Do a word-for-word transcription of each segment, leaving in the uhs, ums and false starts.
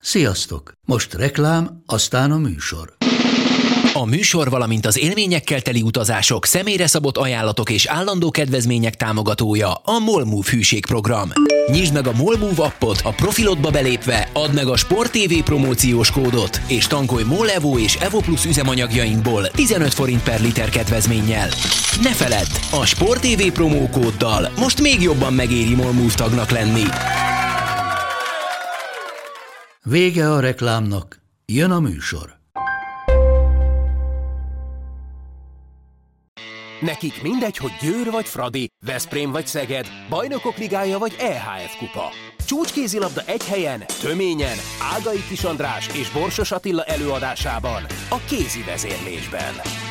Sziasztok! Most reklám, aztán a műsor. A műsor, valamint az élményekkel teli utazások, személyre szabott ajánlatok és állandó kedvezmények támogatója a MOLMOVE hűségprogram. Nyisd meg a MOLMOVE appot, a profilodba belépve add meg a Sport té vé promóciós kódot, és tankolj MOL Evo és Evo Plus üzemanyagjainkból tizenöt forint per liter kedvezménnyel. Ne feledd, a Sport té vé promókóddal most még jobban megéri MOLMOVE tagnak lenni. Vége a reklámnak, jön a műsor. Nekik mindegy, hogy Győr vagy Fradi, Veszprém vagy Szeged, Bajnokok Ligája vagy é há ef kupa. Csúcskézilabda egy helyen, töményen, Ágai Kis András és Borsos Attila előadásában, a kézi vezérlésben.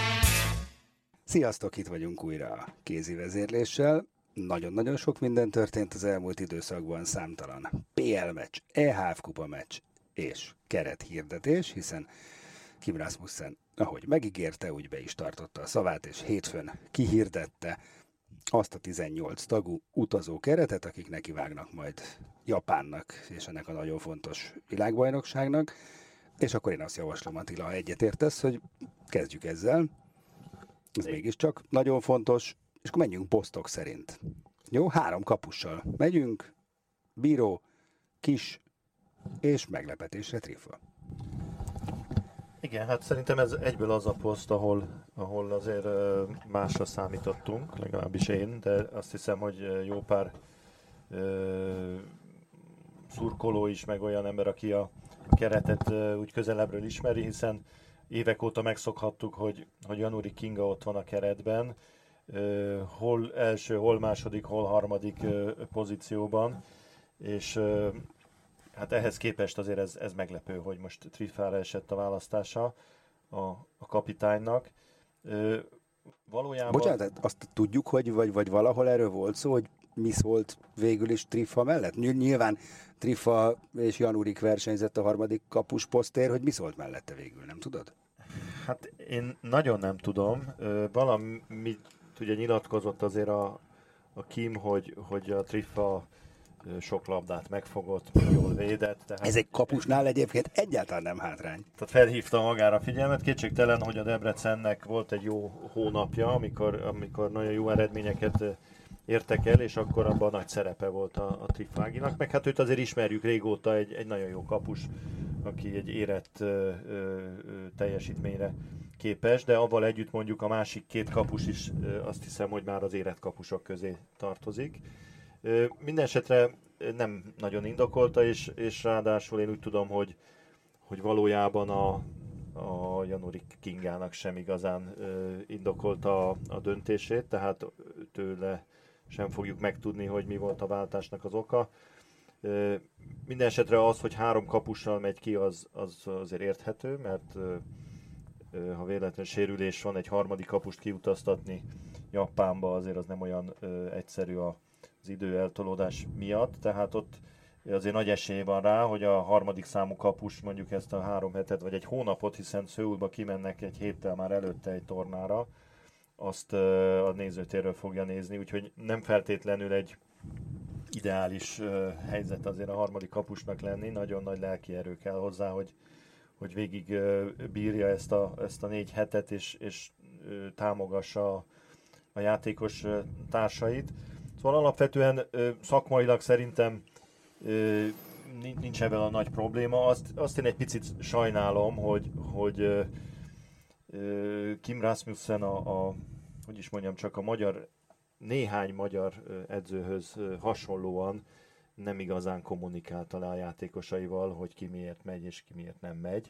Sziasztok, itt vagyunk újra a kézi vezérléssel. Nagyon-nagyon sok minden történt az elmúlt időszakban, számtalan pé el meccs, é há ef kupa meccs és kerethirdetés, hiszen Kim Rasmussen, ahogy megígérte, úgy be is tartotta a szavát, és hétfőn kihirdette azt a tizennyolc tagú utazó keretet, akik nekivágnak majd Japánnak és ennek a nagyon fontos világbajnokságnak. És akkor én azt javaslom, Attila, ha egyetértesz, hogy kezdjük ezzel. Ez mégiscsak nagyon fontos, és akkor menjünk posztok szerint. Jó, három kapussal megyünk, Bíró, Kis és meglepetésre Triffa. Igen, hát szerintem ez egyből az a poszt, ahol, ahol azért másra számítottunk, legalábbis én, de azt hiszem, hogy jó pár ö, szurkoló is, meg olyan ember, aki a keretet ö, úgy közelebbről ismeri, hiszen évek óta megszokhattuk, hogy, hogy Januri Kinga ott van a keretben, ö, hol első, hol második, hol harmadik ö, pozícióban, és ö, hát ehhez képest azért ez, ez meglepő, hogy most Triffára esett a választása a, a kapitánynak. Ö, valójában... Bocsánat, azt tudjuk, hogy vagy, vagy valahol erről volt szó, hogy mi szólt végül is Triffa mellett? Nyilván Triffa és Janurik versenyzett a harmadik kapus posztért, hogy mi szólt mellette végül, nem tudod? Hát én nagyon nem tudom. Ö, valami ugye nyilatkozott azért a, a Kim, hogy, hogy a Triffa sok labdát megfogott, jól védett. Tehát ez egy kapusnál egyébként egyáltalán nem hátrány. Tehát felhívta magára a figyelmet. Kétségtelen, hogy a Debrecennek volt egy jó hónapja, amikor, amikor nagyon jó eredményeket értek el, és akkor abban nagy szerepe volt a, a Triffáginak. Meg hát őt azért ismerjük régóta, egy, egy nagyon jó kapus, aki egy érett ö, ö, teljesítményre képes, de avval együtt mondjuk a másik két kapus is ö, azt hiszem, hogy már az érett kapusok közé tartozik. Mindenesetre nem nagyon indokolta, és, és ráadásul én úgy tudom, hogy, hogy valójában a, a Janurik Kingának sem igazán indokolta a, a döntését, tehát tőle sem fogjuk megtudni, hogy mi volt a váltásnak az oka. Mindenesetre az, hogy három kapussal megy ki, az, az azért érthető, mert ha véletlen sérülés van, egy harmadik kapust kiutaztatni Japánba, azért az nem olyan egyszerű a az időeltolódás miatt, tehát ott azért nagy esély van rá, hogy a harmadik számú kapus mondjuk ezt a három hetet, vagy egy hónapot, hiszen Szöulba kimennek egy héttel már előtte egy tornára, azt a nézőtérről fogja nézni, úgyhogy nem feltétlenül egy ideális helyzet azért a harmadik kapusnak lenni, nagyon nagy lelki erő kell hozzá, hogy, hogy végig bírja ezt a, ezt a négy hetet, és, és támogassa a, a játékos társait. Szóval alapvetően szakmailag szerintem nincs ebben a nagy probléma. Azt, azt én egy picit sajnálom, hogy, hogy Kim Rasmussen a, a, hogy is mondjam, csak a magyar, néhány magyar edzőhöz hasonlóan nem igazán kommunikálta le a játékosaival, hogy ki miért megy és ki miért nem megy.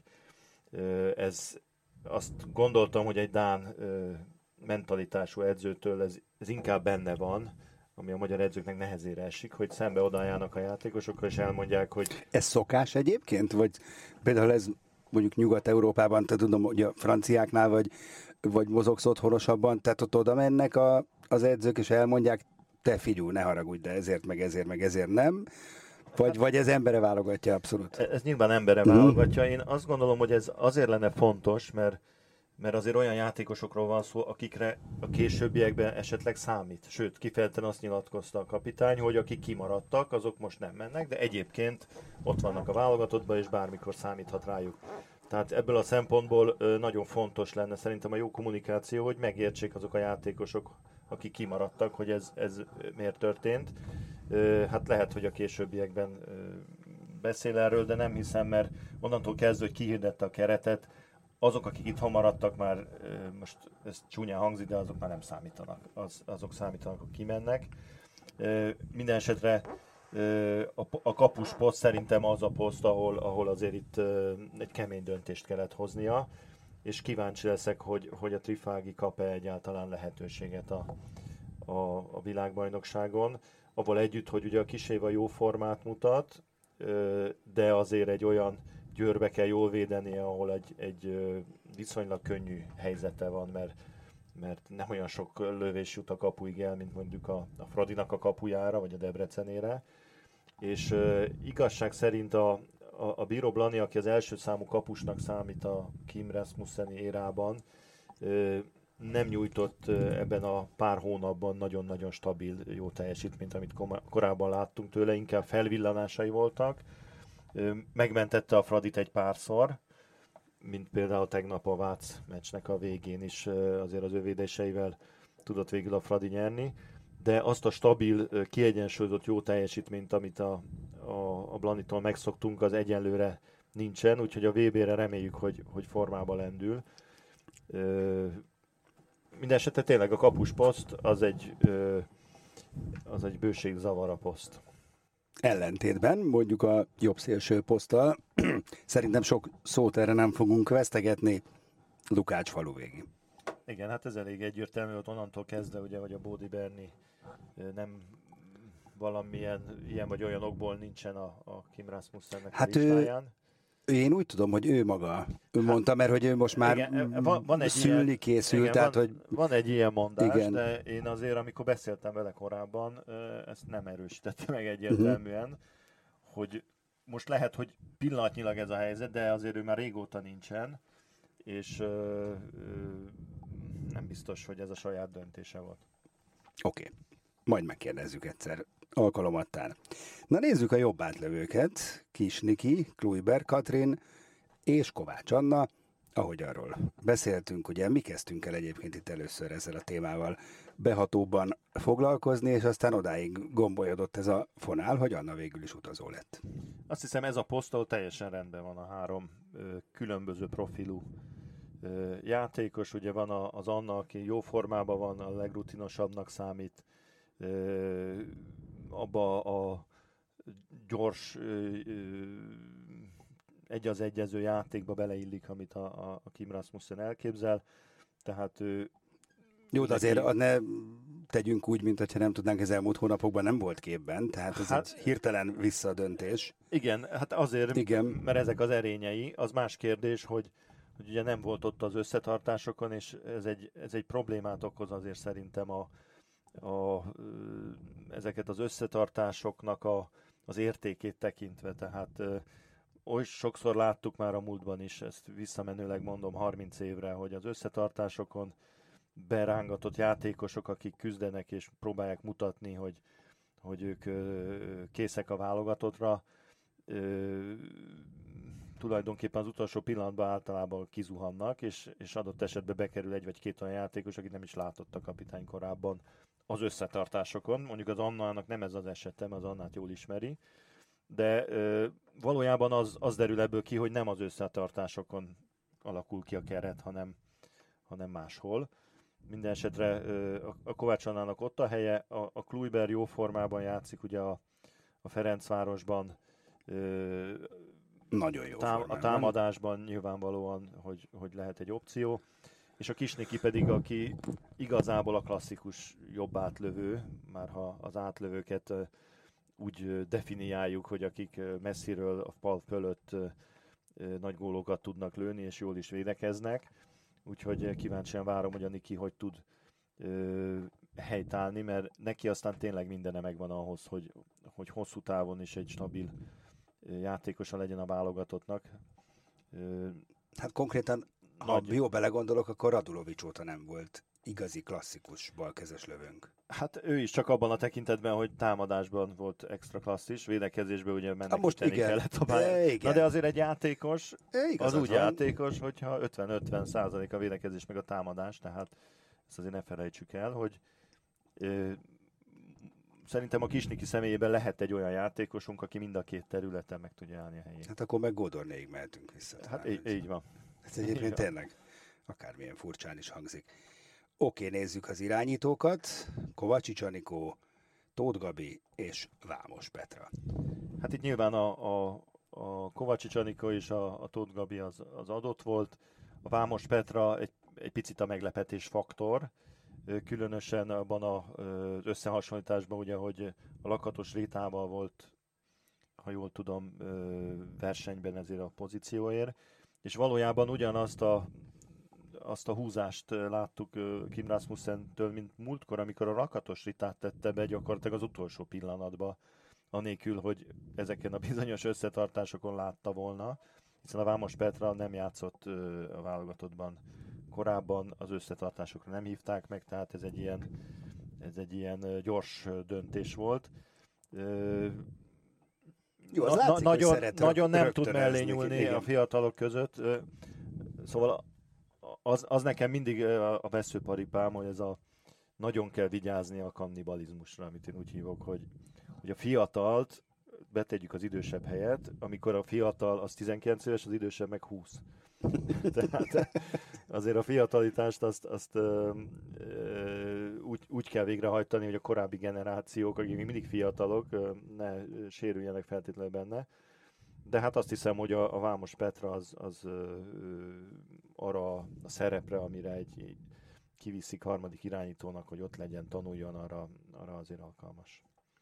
Ez, azt gondoltam, hogy egy dán mentalitású edzőtől ez, ez inkább benne van, ami a magyar edzőknek nehezére esik, hogy szembe odaálljanak a játékosokkal, és elmondják, hogy... Ez szokás egyébként? Vagy például ez mondjuk Nyugat-Európában, te tudom, hogy a franciáknál, vagy, vagy mozogsz otthonosabban, tehát ott oda mennek a, az edzők, és elmondják, te figyelj, ne haragudj, de ezért, meg ezért, meg ezért nem. Vagy, hát, vagy ez embere válogatja abszolút? Ez nyilván embere válogatja. Én azt gondolom, hogy ez azért lenne fontos, mert mert azért olyan játékosokról van szó, akikre a későbbiekben esetleg számít. Sőt, kifejezetten azt nyilatkozta a kapitány, hogy akik kimaradtak, azok most nem mennek, de egyébként ott vannak a válogatottban, és bármikor számíthat rájuk. Tehát ebből a szempontból nagyon fontos lenne szerintem a jó kommunikáció, hogy megértsék azok a játékosok, akik kimaradtak, hogy ez, ez miért történt. Hát lehet, hogy a későbbiekben beszél erről, de nem hiszem, mert onnantól kezdve, hogy kihirdette a keretet, azok, akik itt maradtak már, most ez csúnyán hangzik, de azok már nem számítanak. Az, azok számítanak, akik kimennek. Minden esetre a kapus poszt szerintem az a poszt, ahol, ahol azért itt egy kemény döntést kellett hoznia, és kíváncsi leszek, hogy, hogy a Trifági kap-e egyáltalán lehetőséget a, a, a világbajnokságon. Abból együtt, hogy ugye a Kis Éva jó formát mutat, de azért egy olyan Győrbe kell jól védenie, ahol egy, egy viszonylag könnyű helyzete van, mert, mert nem olyan sok lövés jut a kapuig el, mint mondjuk a, a Fradinak a kapujára, vagy a Debrecenére. És uh, igazság szerint a, a, a Bíró Blani, aki az első számú kapusnak számít a Kim Rasmusseni érában, uh, nem nyújtott uh, ebben a pár hónapban nagyon-nagyon stabil, jó teljesítményt, amit korábban láttunk tőle, inkább felvillanásai voltak. Uh, megmentette a Fradit egy párszor, mint például tegnap a Vác meccsnek a végén is uh, azért az ő védéseivel tudott végül a Fradi nyerni. De azt a stabil, kiegyensúlyozott jó teljesítményt, amit a, a, a Blanitól megszoktunk, az egyenlőre nincsen, úgyhogy a vé bére reméljük, hogy, hogy formába lendül. Ö, Mindenesetre tényleg a kapusposzt az egy, ö, az egy bőségzavara poszt. Ellentétben mondjuk a jobb szélső poszttal szerintem sok szót erre nem fogunk vesztegetni. Lukács Faluvégi. Igen, hát ez elég egyértelmű, hogy onnantól kezdve, ugye, hogy a Bódi Berni nem valamilyen ilyen vagy olyan okból nincsen a, a Kim Rasmussennek hát a listáján. Ő, én úgy tudom, hogy ő maga ő hát, mondta, mert hogy ő most már igen, van, van egy szülni ilyen, készül, igen, tehát van, hogy... Van egy ilyen mondás, igen. De én azért, amikor beszéltem vele korábban, ezt nem erősítette meg egyértelműen, uh-huh. hogy most lehet, hogy pillanatnyilag ez a helyzet, de azért ő már régóta nincsen, és ö, ö, nem biztos, hogy ez a saját döntése volt. Oké, okay. Majd megkérdezzük egyszer alkalomattán. Na nézzük a jobb átlövőket. Kis Niki, Kluiber Katrin és Kovács Anna. Ahogy arról beszéltünk, ugye mi kezdtünk el egyébként itt először ezzel a témával behatóbban foglalkozni, és aztán odáig gombolyodott ez a fonál, hogy Anna végül is utazó lett. Azt hiszem ez a posztol teljesen rendben van a három ö, különböző profilú ö, játékos. Ugye van a, az Anna, aki jó formában van, a legrutinosabbnak számít, ö, abba a gyors ö, ö, egy az egyező játékba beleillik, amit a, a, a Kim Rasmussen elképzel. Tehát ő... Jó, de azért neki... ne tegyünk úgy, mint hogyha nem tudnánk, az elmúlt hónapokban nem volt képben, tehát ez hát, egy hirtelen visszadöntés. Igen, hát azért, igen. Mert ezek az erényei, az más kérdés, hogy, hogy ugye nem volt ott az összetartásokon, és ez egy, ez egy problémát okoz azért szerintem a, a, ezeket az összetartásoknak a, az értékét tekintve, tehát oly sokszor láttuk már a múltban is, ezt visszamenőleg mondom harminc évre, hogy az összetartásokon berángatott játékosok, akik küzdenek és próbálják mutatni, hogy, hogy ők készek a válogatottra, tulajdonképpen az utolsó pillanatban általában kizuhannak, és, és adott esetben bekerül egy vagy két olyan játékos, akit nem is látott a kapitány korábban az összetartásokon. Mondjuk az Annának nem ez az esete, az Annát jól ismeri, de ö, valójában az, az derül ebből ki, hogy nem az összetartásokon alakul ki a keret, hanem, hanem máshol. Minden esetre ö, a, a Kovács Annának ott a helye, a, a Kluiber jó formában játszik, ugye a, a Ferencvárosban, ö, nagyon jó tám, a támadásban nyilvánvalóan, hogy, hogy lehet egy opció. És a Kis Niki pedig, aki igazából a klasszikus jobb átlövő, már ha az átlövőket úgy definiáljuk, hogy akik messziről a fal fölött nagy gólokat tudnak lőni, és jól is védekeznek. Úgyhogy kíváncsian várom, hogy a Niki hogy tud ö, helytállni, mert neki aztán tényleg mindene megvan ahhoz, hogy, hogy hosszú távon is egy stabil játékosa legyen a válogatottnak. Ö, hát konkrétan Ha nagy... jó belegondolok, akkor Radulovics óta nem volt igazi klasszikus balkezes lövőnk. Hát ő is csak abban a tekintetben, hogy támadásban volt extra klasszis, védekezésben ugye menekíteni kellett a pályán. Na de azért egy játékos, e, az úgy van. Játékos, hogyha ötven-ötven százalék a védekezés meg a támadás, tehát ezt azért ne felejtsük el, hogy ö, szerintem a Kisniki személyében lehet egy olyan játékosunk, aki mind a két területen meg tudja állni a helyét. Hát akkor meg Godornéig mehetünk vissza. Hát így, így van. Ez egyébként így tényleg van. Akármilyen furcsán is hangzik. Oké, nézzük az irányítókat. Kovácsics Anikó, Tóth Gabi és Vámos Petra. Hát itt nyilván a, a, a Kovácsics Anikó és a, a Tóth Gabi az, az adott volt. A Vámos Petra egy, egy picit a meglepetés faktor. Különösen abban az összehasonlításban, ugye, hogy a Lakatos Ritával volt, ha jól tudom, versenyben ezért a pozícióért. És valójában ugyanazt a azt a húzást láttuk Kim Rasmussentől, mint múltkor, amikor a Lakatos Ritát tette be gyakorlatilag az utolsó pillanatban, anélkül, hogy ezeken a bizonyos összetartásokon látta volna, hiszen a Vámos Petra nem játszott a válogatottban korábban, az összetartásokra nem hívták meg, tehát ez egy ilyen, ez egy ilyen gyors döntés volt. Jó, az na, látszik, nagyon, nagyon nem tud mellé nyúlni a fiatalok között, szóval Az, az nekem mindig a veszőparipám, hogy ez a nagyon kell vigyázni a kannibalizmusra, amit én úgy hívok, hogy, hogy a fiatalt betegyük az idősebb helyet, amikor a fiatal az tizenkilenc éves, az idősebb meg húsz. Tehát azért a fiatalitást azt, azt ö, ö, úgy, úgy kell végrehajtani, hogy a korábbi generációk, akik még mindig fiatalok, ö, ne sérüljenek feltétlenül benne. De hát azt hiszem, hogy a, a Vámos Petra az, az ö, arra a szerepre, amire egy kiviszik harmadik irányítónak, hogy ott legyen, tanuljon, arra, arra azért alkalmas.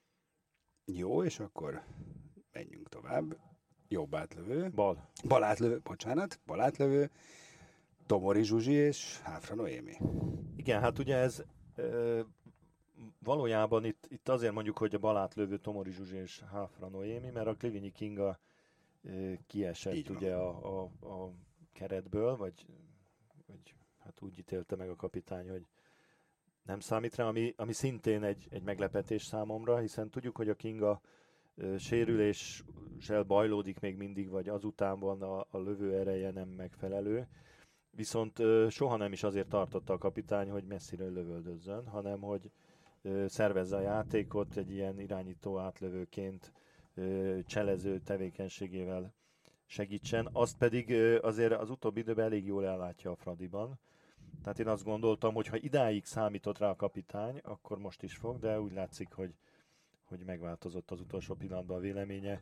Jó, és akkor menjünk tovább. Jobb átlövő. Bal. Bal átlövő, bocsánat, bal átlövő. Tomori Zsuzsi és Háfra Noémi. Igen, hát ugye ez ö, valójában itt, itt azért mondjuk, hogy a bal átlövő Tomori Zsuzsi és Háfra Noémi, mert a Klivinyi Kinga kiesett ugye a, a, a keretből, vagy, vagy hát úgy ítélte meg a kapitány, hogy nem számít rá, ami, ami szintén egy, egy meglepetés számomra, hiszen tudjuk, hogy a Kinga ö, sérüléssel bajlódik még mindig, vagy azután van a, a lövő ereje nem megfelelő, viszont ö, soha nem is azért tartotta a kapitány, hogy messziről lövöldözzön, hanem hogy ö, szervezze a játékot egy ilyen irányító átlövőként, cselező tevékenységével segítsen, azt pedig azért az utóbbi időben elég jól ellátja a Fradiban. Tehát én azt gondoltam, hogy ha idáig számított rá a kapitány, akkor most is fog, de úgy látszik, hogy, hogy megváltozott az utolsó pillanatban a véleménye,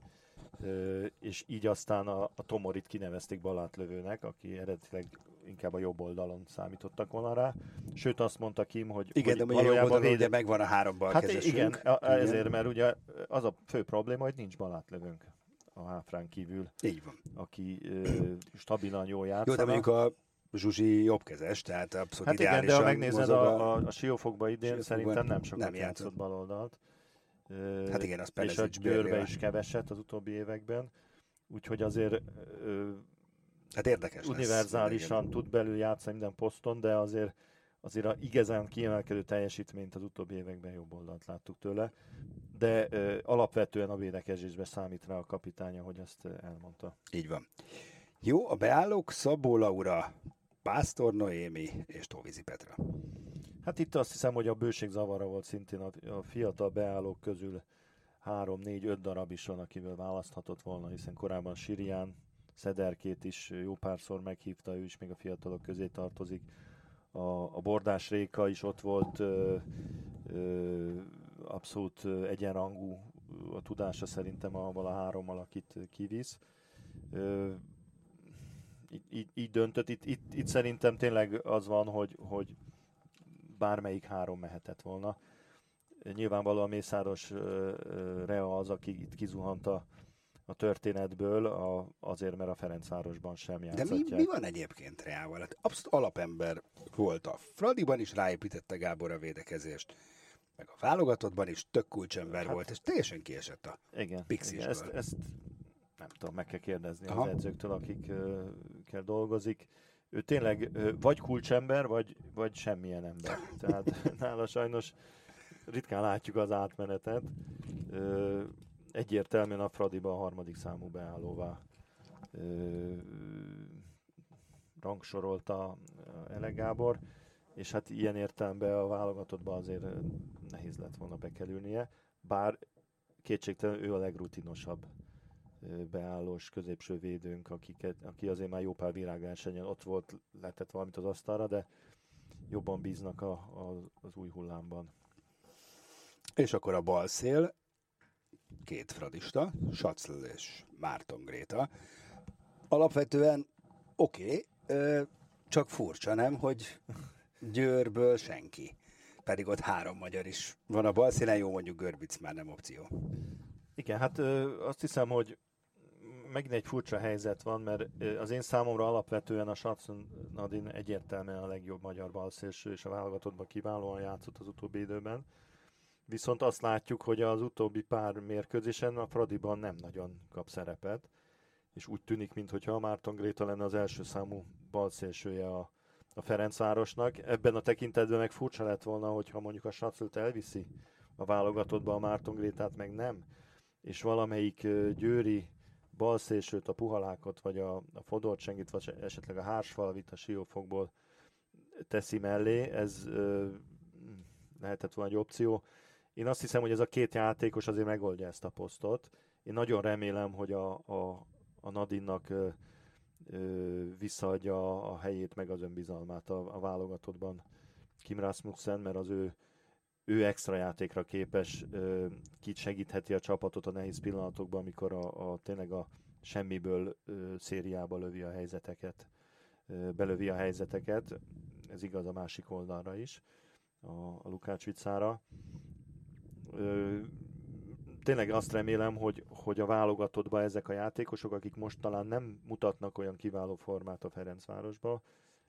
és így aztán a, a Tomorit kinevezték balátlövőnek, aki eredetileg inkább a jobb oldalon számítottak volna rá. Sőt, azt mondta Kim, hogy igen, hogy de a jobb oldalon véde... megvan a három balkezesünk. Hát igen, a, ezért, mert ugye az a fő probléma, hogy nincs balátlövőnk a Háfrán kívül. Így van. Aki ö, stabilan jól játszana. Jó, de mondjuk a Zsuzsi jobbkezes, tehát abszolút hát ideálisan. Hát igen, de ha megnézed a, a, a Siófokba idén, Siófokban szerintem nem sokat nem játszott, játszott baloldalt. Hát igen, az és a Győrbe is keveset az utóbbi években. Úgyhogy azért ö, hát érdekes univerzálisan lesz, tud belül játszani minden poszton, de azért, azért a igazán kiemelkedő teljesítményt az utóbbi években jobb oldalt láttuk tőle. De ö, alapvetően a védekezésben számít rá a kapitány, ahogy ezt elmondta. Így van. Jó, a beállók Szabó Laura, Pásztor Noémi és Tóvizi Petra. Hát itt azt hiszem, hogy a bőség zavara volt szintén a, a fiatal beállók közül három, négy, öt darab is van, akiből választhatott volna, hiszen korábban Sirián, Szederkét is jó párszor meghívta, ő is még a fiatalok közé tartozik. A, a Bordás Réka is ott volt, ö, ö, abszolút egyenrangú a tudása szerintem avval a hárommal, akit kivisz. Ö, így, így döntött, itt, itt, itt szerintem tényleg az van, hogy, hogy bármelyik három mehetett volna. Nyilvánvalóan Mészáros Rea az, aki itt kizuhant a, a történetből, a, azért, mert a Ferencvárosban sem játszhatják. De mi, mi van egyébként Reával? Hát abszolút alapember volt a Fradiban is, ráépítette Gábor a védekezést, meg a válogatottban is tök kulcsember hát, volt, és teljesen kiesett a igen, Pixisből. Igen, ezt, ezt nem tudom, meg kell kérdezni Aha. az edzőktől, akikkel dolgozik. ő tényleg vagy kulcsember, vagy, vagy semmilyen ember. Tehát nála sajnos ritkán látjuk az átmenetet. Egyértelműen a Fradiba a harmadik számú beállóvá rangsorolta Ele Gábor, és hát ilyen értelemben a válogatottban azért nehéz lett volna bekerülnie, bár kétségtelen ő a legrutinosabb beállós középső védőnk, akiket, aki azért már jó pár világversenyen ott volt, letett valamit az asztalra, de jobban bíznak a, a, az új hullámban. És akkor a bal szél, két fradista, Sacl és Márton Gréta. Alapvetően oké, okay, csak furcsa, nem, hogy Győrből senki. Pedig ott három magyar is van a bal szélen, jó, mondjuk Görbic már nem opció. Igen, hát ö, azt hiszem, hogy megint egy furcsa helyzet van, mert az én számomra alapvetően a Sacl Nadin egyértelműen a legjobb magyar balszélső, és a válogatottban kiválóan játszott az utóbbi időben. Viszont azt látjuk, hogy az utóbbi pár mérkőzésen a Fradiban nem nagyon kap szerepet, és úgy tűnik, mintha a Márton Gréta lenne az első számú balszélsője a, a Ferencvárosnak. Ebben a tekintetben meg furcsa lett volna, hogyha mondjuk a Saclt elviszi a válogatottba, a Márton Grétát meg nem, és valamelyik győri balszélsőt, a Puhalákot, vagy a, a Fodorcsengit, vagy esetleg a Hársfalvit a Siófokból teszi mellé, ez ö, lehetett volna egy opció. Én azt hiszem, hogy ez a két játékos azért megoldja ezt a posztot. Én nagyon remélem, hogy a, a, a Nadinnak ö, ö, visszaadja a helyét, meg az önbizalmát a, a válogatottban Kim Rasmussen, mert az ő, ő extra játékra képes, ö, kit segítheti a csapatot a nehéz pillanatokban, amikor a, a tényleg a semmiből ö, szériába lövi a helyzeteket, ö, belövi a helyzeteket. Ez igaz a másik oldalra is, a, a Lukács Vicára. Ö, tényleg azt remélem, hogy, hogy a válogatottban ezek a játékosok, akik most talán nem mutatnak olyan kiváló formát a Ferencvárosba,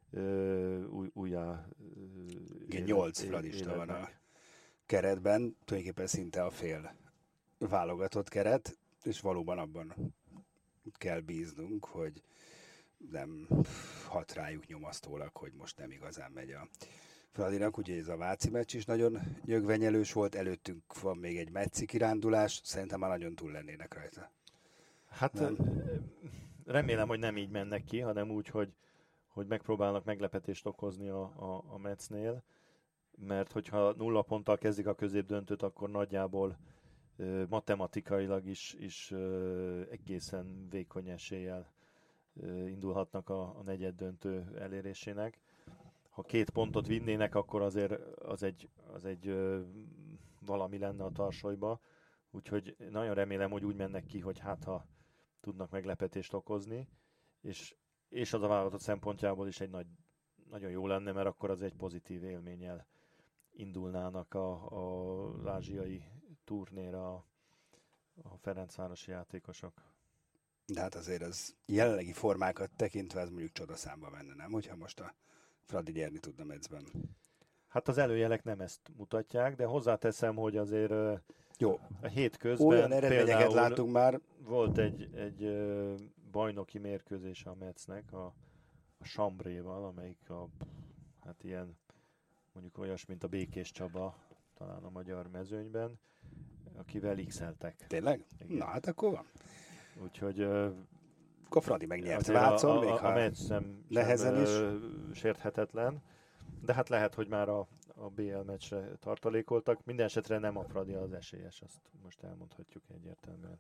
ö, új, újjá Igen, nyolc fradista van a keretben, tulajdonképpen szinte a fél válogatott keret, és valóban abban kell bíznunk, hogy nem hat rájuk nyomasztólag, hogy most nem igazán megy a Fradinak, úgyhogy ez a Váci meccs is nagyon nyögvenyelős volt, előttünk van még egy mecci kirándulás, szerintem már nagyon túl lennének rajta. Hát nem? Remélem, hogy nem így mennek ki, hanem úgy, hogy, hogy megpróbálnak meglepetést okozni a, a, a Metsznél, mert hogyha nulla ponttal kezdik a középdöntőt, akkor nagyjából ö, matematikailag is, is ö, egészen vékony eséllyel ö, indulhatnak a, a negyeddöntő elérésének. Ha két pontot vinnének, akkor azért az egy, az egy ö, valami lenne a tarsolyba. Úgyhogy nagyon remélem, hogy úgy mennek ki, hogy hát ha tudnak meglepetést okozni, és, és az a válogatott szempontjából is egy nagy, nagyon jó lenne, mert akkor az egy pozitív élménnyel indulnának a, a, az ázsiai turnéra a, a ferencvárosi játékosok. De hát azért az jelenlegi formákat tekintve ez mondjuk csodaszámba menne, nem? Hogyha most a Fradi nyerni tudna Metszben. Hát az előjelek nem ezt mutatják, de hozzáteszem, hogy azért jó. A hét közben olyan eredményeket látunk már. Volt egy, egy bajnoki mérkőzése a Metsznek a, a Chambréval, amelyik a, hát ilyen mondjuk olyas, mint a Békés Csaba, talán a magyar mezőnyben, akivel x-eltek. Tényleg? Igen. Na hát akkor van. Úgyhogy akkor Fradi megnyert Vácon, még a, a, a meccs sem, nehezen sem is ö, sérthetetlen, de hát lehet, hogy már a, a bé el meccsre tartalékoltak. Minden esetre nem a Fradi az esélyes, azt most elmondhatjuk egyértelműen.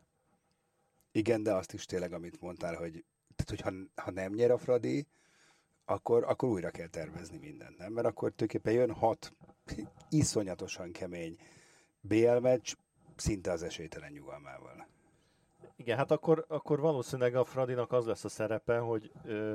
Igen, de azt is tényleg, amit mondtál, hogy, tehát, hogy ha, ha nem nyer a Fradi, akkor, akkor újra kell tervezni mindent, nem? Mert akkor tulajdonképpen jön hat iszonyatosan kemény bé el meccs, szinte az esélytelen nyugalmával. Igen, hát akkor, akkor valószínűleg a Fradinak az lesz a szerepe, hogy ö,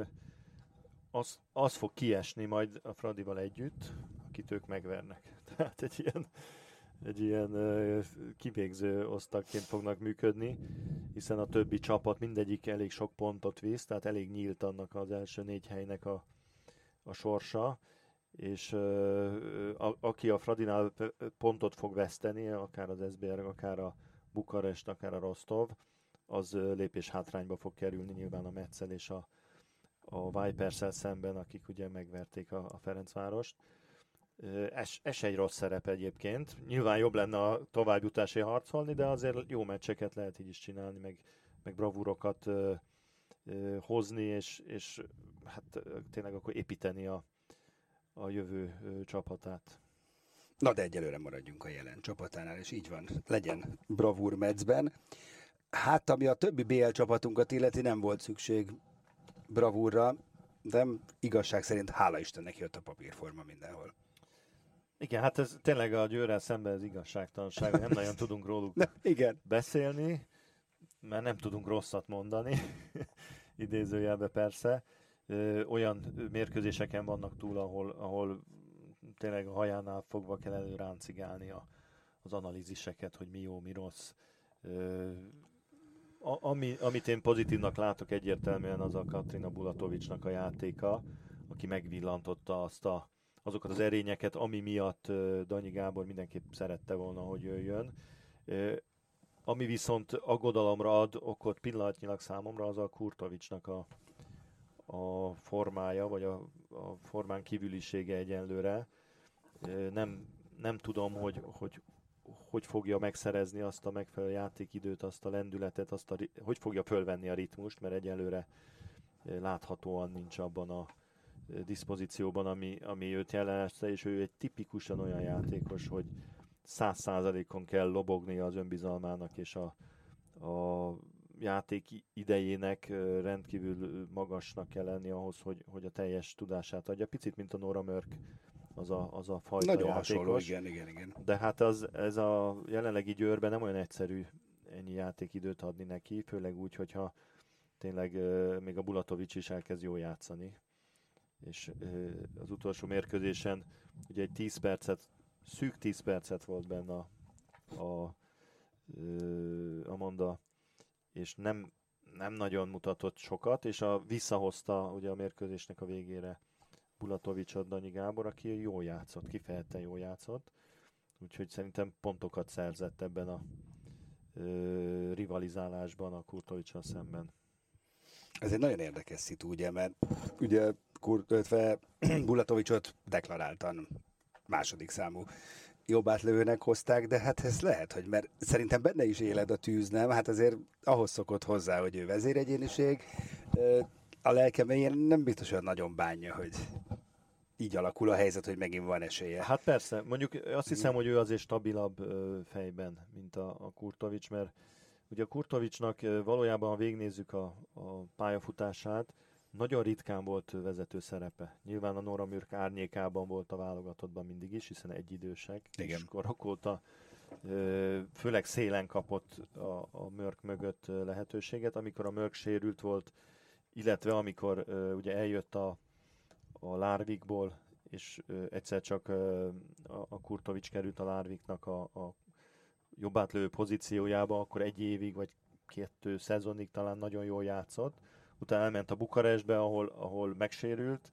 az, az fog kiesni majd a Fradival együtt, akit ők megvernek. Tehát egy ilyen, egy ilyen ö, kivégző osztagként fognak működni, hiszen a többi csapat mindegyik elég sok pontot visz, tehát elég nyílt annak az első négy helynek a, a sorsa, és ö, a, aki a Fradinál pontot fog veszteni, akár az Esbjerg, akár a Bukarest, akár a Rostov, az lépés hátrányba fog kerülni nyilván a Metsszel és a, a, a Vipers-szel szemben, akik ugye megverték a, a Ferencvárost. Ez, ez egy rossz szerep egyébként. Nyilván jobb lenne a továbbjutásért harcolni, de azért jó meccseket lehet így is csinálni, meg, meg bravúrokat ö, ö, hozni, és, és hát tényleg akkor építeni a, a jövő ö, csapatát. Na de egyelőre maradjunk a jelen csapatánál, és így van, legyen bravúr Metszben. Hát, ami a többi bé el csapatunkat illeti, nem volt szükség bravúrra, de igazság szerint hála Istennek jött a papírforma mindenhol. Igen, hát ez tényleg a Győrrel szemben az igazságtalanság, nem nagyon tudunk róluk Na, igen. beszélni, mert nem tudunk rosszat mondani, idézőjelbe persze. Ö, olyan mérkőzéseken vannak túl, ahol, ahol tényleg a hajánál fogva kell előráncigálni a, az analíziseket, hogy mi jó, mi rossz. Ö, a, ami, amit én pozitívnak látok egyértelműen, az a Katrina Bulatovicsnak a játéka, aki megvillantotta azt a, azokat az erényeket, ami miatt uh, Danyi Gábor mindenképp szerette volna, hogy jöjjön. Uh, ami viszont aggodalomra ad okot pillanatnyilag számomra, az a Kurtovicsnak a, a formája, vagy a, a formán kívülisége egyenlőre. Uh, nem, nem tudom, hogy, hogy hogy fogja megszerezni azt a megfelelő játékidőt, azt a lendületet, azt a, hogy fogja fölvenni a ritmust, mert egyelőre láthatóan nincs abban a diszpozícióban, ami, ami őt jellemezte, és ő egy tipikusan olyan játékos, hogy száz százalékon kell lobognia az önbizalmának, és a, a játék idejének rendkívül magasnak kell lenni ahhoz, hogy, hogy a teljes tudását adja. Picit, mint a Nora Mörk, az a, az a fajta nagyon játékos. Hasonló, igen, igen, igen. De hát az, ez a jelenlegi Győrben nem olyan egyszerű ennyi játékidőt adni neki, főleg úgy, hogyha tényleg uh, még a Bulatovics is elkezd jól játszani. És uh, az utolsó mérkőzésen ugye egy tíz percet, szűk tíz percet volt benne a, a uh, Amanda, és nem, nem nagyon mutatott sokat, és a, visszahozta ugye a mérkőzésnek a végére Bulatovicsot Danyi Gábor, aki jól játszott, kifejezetten jól játszott, úgyhogy szerintem pontokat szerzett ebben a ö, rivalizálásban a Kurtovicsal szemben. Ez egy nagyon érdekes szitu, ugye, mert ugye Kurt, Bulatovicsot deklaráltan második számú jobb átlövőnek hozták, de hát ez lehet, hogy mert szerintem benne is éled a tűz, nem? Hát azért ahhoz szokott hozzá, hogy ő vezéregyéniség, a lelkeméjén nem biztos, hogy nagyon bánja, hogy így alakul a helyzet, hogy megint van esélye. Hát persze, mondjuk azt hiszem, hogy ő azért stabilabb ö, fejben, mint a, a Kurtovics, mert ugye a Kurtovicsnak valójában, ha végignézzük a, a pályafutását, nagyon ritkán volt vezető szerepe. Nyilván a Nora Mürk árnyékában volt a válogatottban mindig is, hiszen egyidősek. Igen. És korok óta főleg szélen kapott a, a Mörk mögött lehetőséget. Amikor a Mörk sérült volt, illetve amikor ugye eljött a, a Larvikból, és egyszer csak a, a Kurtovics került a Larviknak a, a jobbátlövő pozíciójába, akkor egy évig, vagy kettő szezonig talán nagyon jól játszott. Utána elment a Bukarestbe, ahol, ahol megsérült,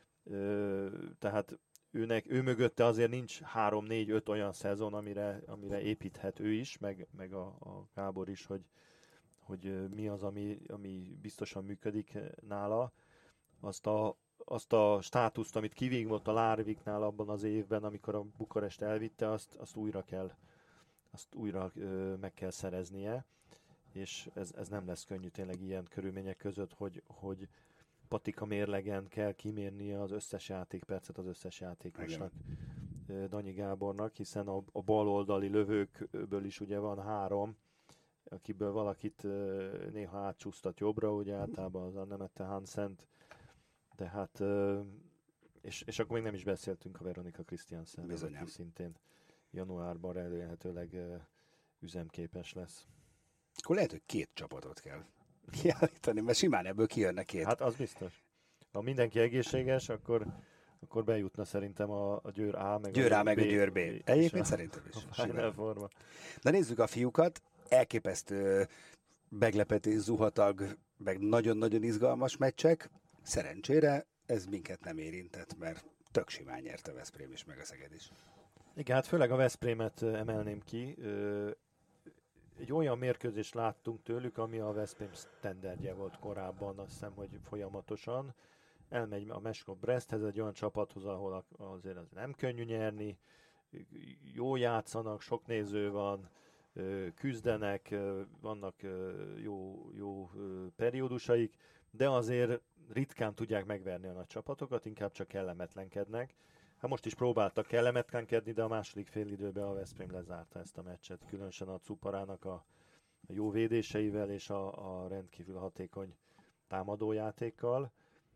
tehát őnek, ő mögötte azért nincs három, négy, öt olyan szezon, amire, amire építhet ő is, meg, meg a, a Gábor is, hogy, hogy mi az, ami, ami biztosan működik nála. Azt a, azt a státuszt, amit kivívott a Larviknál abban az évben, amikor a Bukarest elvitte, azt, azt újra kell, azt újra ö, meg kell szereznie. És ez, ez nem lesz könnyű tényleg ilyen körülmények között, hogy, hogy patika mérlegen kell kimérnie az összes játékpercet az összes játékosnak, igen. Danyi Gábornak, hiszen a, a baloldali lövőkből is ugye van három, akiből valakit néha átcsúsztat jobbra, ugye általában az a Nemette Hansent, de hát, és, és akkor még nem is beszéltünk a Veronika Christiansen, aki szintén januárban remélhetőleg üzemképes lesz. Akkor lehet, hogy két csapatot kell kiállítani, mert simán ebből kijönne két. Hát az biztos. Ha mindenki egészséges, akkor, akkor bejutna szerintem a, a Győr A, meg Győr A, a meg B, a Győr B. Egyébként szerintem is. A forma. De nézzük a fiúkat. Elképesztő meglepetés, zuhatag, meg nagyon-nagyon izgalmas meccsek. Szerencsére ez minket nem érintett, mert tök simán nyert a Veszprém is, meg a Szeged is. Igen, hát főleg a Veszprémet emelném ki. egy olyan mérkőzést láttunk tőlük, ami a Veszprém standardje volt korábban, azt hiszem, hogy folyamatosan. Elmegy a Meskov Bresthez, egy olyan csapathoz, ahol azért az nem könnyű nyerni, jó játszanak, sok néző van, küzdenek, vannak jó, jó periódusaik, de azért ritkán tudják megverni a nagy csapatokat, inkább csak kellemetlenkednek. Hát most is próbáltak kellemetlenkedni, de a második félidőben a Veszprém lezárta ezt a meccset, különösen a Cuparának a jó védéseivel és a, a rendkívül hatékony támadójátékkal.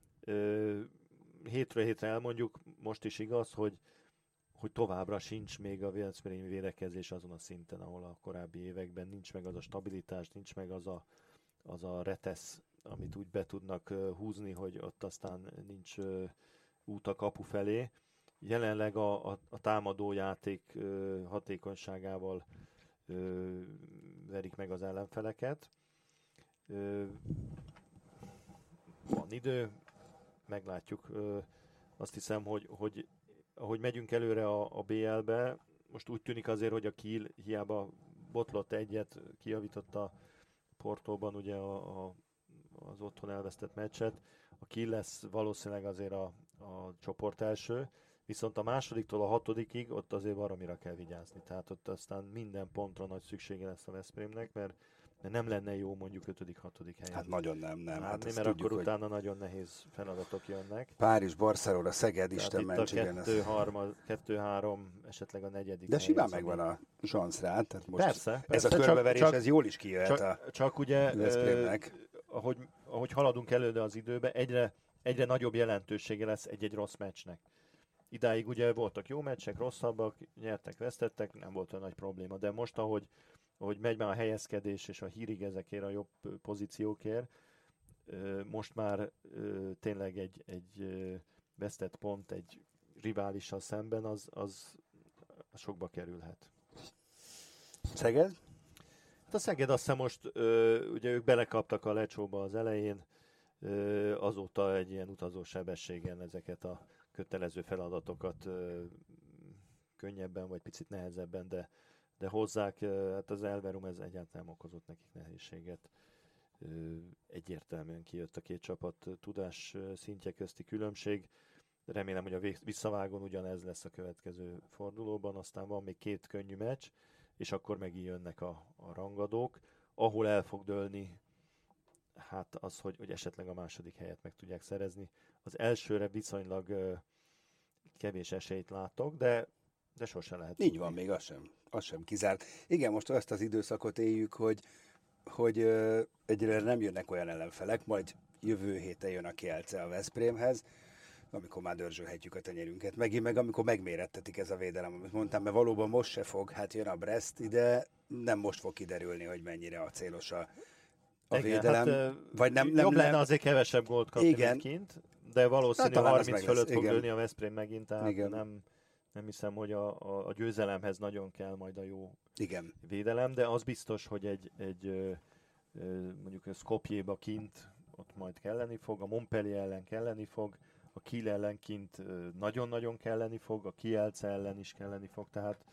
Hétről hétre elmondjuk, most is igaz, hogy hogy továbbra sincs még a veszprémi védekezés azon a szinten, ahol a korábbi években nincs meg az a stabilitás, nincs meg az a, az a retesz, amit úgy be tudnak uh, húzni, hogy ott aztán nincs uh, út a kapu felé. Jelenleg a, a, a támadójáték uh, hatékonyságával uh, verik meg az ellenfeleket. Uh, van idő, meglátjuk. Uh, azt hiszem, hogy, hogy ahogy megyünk előre a, a bé el-be, most úgy tűnik azért, hogy a Kiel hiába botlott egyet, kijavította Portóban ugye a, a, az otthon elvesztett meccset. A Kiel lesz valószínűleg azért a, a csoport első, viszont a másodiktól a hatodikig ott azért valamira kell vigyázni. Tehát ott aztán minden pontra nagy szüksége lesz a Veszprémnek, mert mert nem lenne jó mondjuk ötödik hatodik helyen. Hát nagyon nem, nem. Hát hát mert tudjuk, akkor utána nagyon nehéz feladatok jönnek. Párizs, Barcelona, Szeged, tehát Isten ments, igen. kettő három, esetleg a negyedik. De simán megvan a szansz rá. Tehát most persze, ez persze, a körbeverés, csak, ez jól is kijöhet csak, a csak ugye, Veszprémnek. eh, ahogy, ahogy haladunk előre az időbe, egyre, egyre nagyobb jelentősége lesz egy-egy rossz meccsnek. Idáig ugye voltak jó meccsek, rosszabbak, nyertek, vesztettek, nem volt olyan nagy probléma, de most, ahogy ahogy megy már a helyezkedés és a hírig ezekért a jobb pozíciókért, most már tényleg egy, egy vesztett pont egy riválissal szemben, az, az sokba kerülhet. Szeged? Hát a Szeged azt hiszem most, ugye ők belekaptak a lecsóba az elején, azóta egy ilyen utazó sebességen ezeket a kötelező feladatokat könnyebben vagy picit nehezebben, de de hozzák, hát az Elverum ez egyáltalán nem okozott nekik nehézséget. Egyértelműen kijött a két csapat tudás szintje közti különbség. Remélem, hogy a visszavágón ugyanez lesz a következő fordulóban, aztán van még két könnyű meccs, és akkor megint jönnek a, a rangadók, ahol el fog dőlni hát az, hogy, hogy esetleg a második helyet meg tudják szerezni. Az elsőre viszonylag kevés esélyt látok, de, de sosem lehet. Így van, még az sem. Az sem kizárt. Igen, most azt az időszakot éljük, hogy, hogy ö, egyre nem jönnek olyan ellenfelek, majd jövő héten jön a Kielce a Veszprémhez, amikor már dörzsölhetjük a tenyerünket. Megint meg, amikor megmérettetik ez a védelem, amit mondtam, mert valóban most se fog, hát jön a Brest ide, nem most fog kiderülni, hogy mennyire a célos a, a igen, védelem. Hát, vagy nem, nem, jobb nem, lenne azért kevesebb gólt kapni, igen. mint kint, de valószínű hát, harminc fölött lesz. fog Igen. dőlni a Veszprém megint, tehát Igen. nem... Nem hiszem, hogy a, a, a győzelemhez nagyon kell majd a jó Igen. védelem, de az biztos, hogy egy, egy ö, ö, mondjuk a Skopjéba kint ott majd kelleni fog, a Montpellier ellen kelleni fog, a Kiel ellen kint ö, nagyon-nagyon kelleni fog, a Kielce ellen is kelleni fog, tehát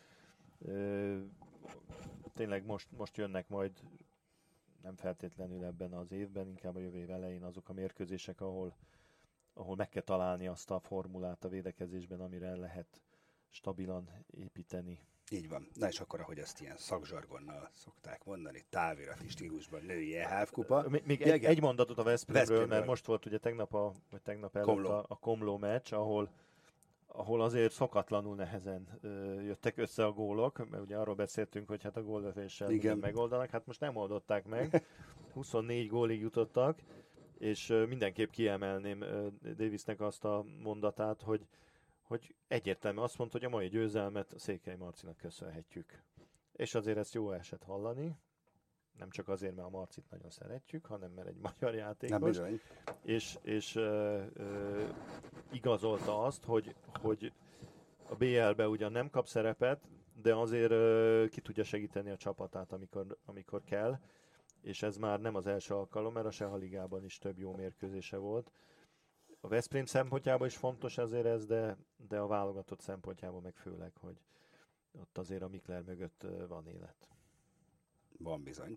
ö, tényleg most, most jönnek majd nem feltétlenül ebben az évben, inkább a jövő év elején azok a mérkőzések, ahol, ahol meg kell találni azt a formulát a védekezésben, amire lehet stabilan építeni. Így van. Na és akkor, ahogy ezt ilyen szakzsargonnal szokták mondani, távirati stílusban női E H F kupa. Még, még egy, egy mondatot a Veszprémről, Veszprémről, mert most volt ugye tegnap, a, vagy tegnap előtt Komló. a, a Komló meccs, ahol, ahol azért szokatlanul nehezen ö, jöttek össze a gólok, mert ugye arról beszéltünk, hogy hát a góllövéssel megoldanak, hát most nem oldották meg, huszonnégy gólig jutottak, és ö, mindenképp kiemelném ö, Davisnek azt a mondatát, hogy hogy egyértelműen azt mondta, hogy a mai győzelmet Székely Marcinak köszönhetjük. És azért ezt jó esett hallani, nem csak azért, mert a Marcit nagyon szeretjük, hanem mert egy magyar játékos. És, és ö, ö, igazolta azt, hogy, hogy a bé el-be ugyan nem kap szerepet, de azért ö, ki tudja segíteni a csapatát, amikor, amikor kell. És ez már nem az első alkalom, mert a Seha Ligában is több jó mérkőzése volt. A Veszprém szempontjából is fontos ezért ez, de, de a válogatott szempontjából meg főleg, hogy ott azért a Mikler mögött van élet. Van bizony.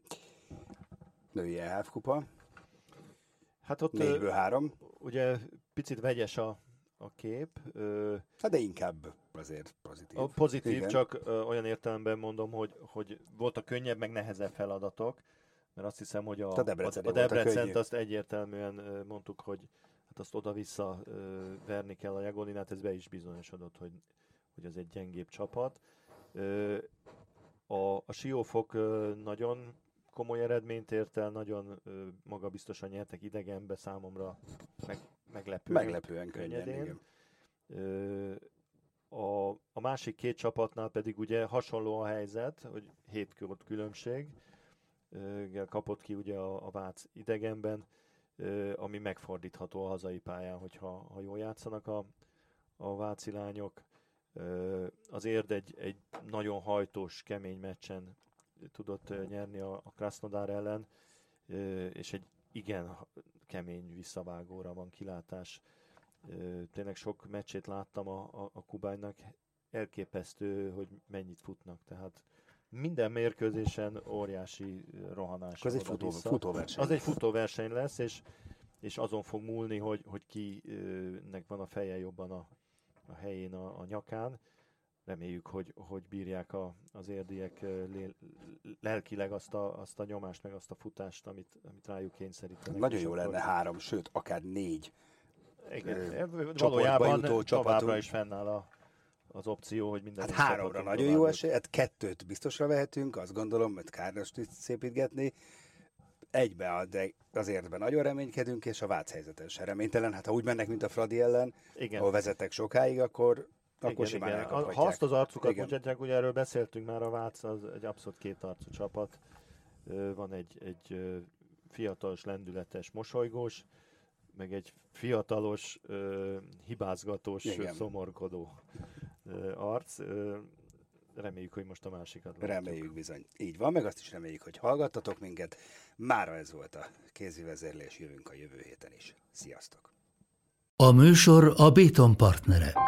Női E H F kupa. Hát ott négyből három. Ugye picit vegyes a, a kép. Hát de inkább azért pozitív. A pozitív, igen. Csak ö, olyan értelemben mondom, hogy, hogy voltak könnyebb, meg nehezebb feladatok, mert azt hiszem, hogy a, a Debreceni a, a Debrecent a azt egyértelműen ö, mondtuk, hogy hát azt oda-vissza ö, verni kell a Jagoninát, ez be is bizonyosodott, hogy, hogy az egy gyengébb csapat. Ö, a, a Siófok ö, nagyon komoly eredményt ért el, nagyon ö, magabiztosan nyertek idegenbe, számomra meg, meglepően, Meglepően könnyen, igen. Ö, A, a másik két csapatnál pedig ugye hasonló a helyzet, hogy hét különbség kapott ki ugye a, a Vác idegenben, ami megfordítható a hazai pályán, hogyha ha jól játszanak a, a váci lányok. Az Érd egy, egy nagyon hajtós, kemény meccsen tudott nyerni a, a Krasnodar ellen, és egy igen kemény visszavágóra van kilátás. Tényleg sok meccsét láttam a, a, a Kubánynak, elképesztő, hogy mennyit futnak, tehát minden mérkőzésen óriási rohanás. Az egy futó, futóverseny. Az egy futóverseny lesz, és, és azon fog múlni, hogy, hogy kinek van a feje jobban a, a helyén, a, a nyakán. Reméljük, hogy, hogy bírják a, az érdiek lél, lelkileg azt a, azt a nyomást, meg azt a futást, amit, amit rájuk kényszerítenek. Nagyon jó lenne három, sőt, akár négy. Igen, valójában továbbra csapatunk. Is fennáll a, az opció, hogy minden. Hát háromra nagyon jó esély, hát kettőt biztosra vehetünk, azt gondolom, mert Kárnost is szépítgetni. Egybe, de azért be nagyon reménykedünk, és a Vác helyzeten se reménytelen. Hát ha úgy mennek, mint a Fradi ellen, igen. ahol vezettek sokáig, akkor, akkor igen, simán igen. elkaphatják. Ha azt az arcukat mutatják, ugye erről beszéltünk már, a Vác az egy abszolút kétarcú csapat. Van egy, egy fiatalos, lendületes, mosolygós, meg egy fiatalos, uh, hibázgatós, igen. szomorkodó uh, arc. Uh, reméljük, hogy most a másikat látjuk. Reméljük bizony. Így van, meg azt is reméljük, hogy hallgattatok minket. Mára ez volt a kézi vezérlés, jövünk a jövő héten is. Sziasztok! A műsor a Béton partnere.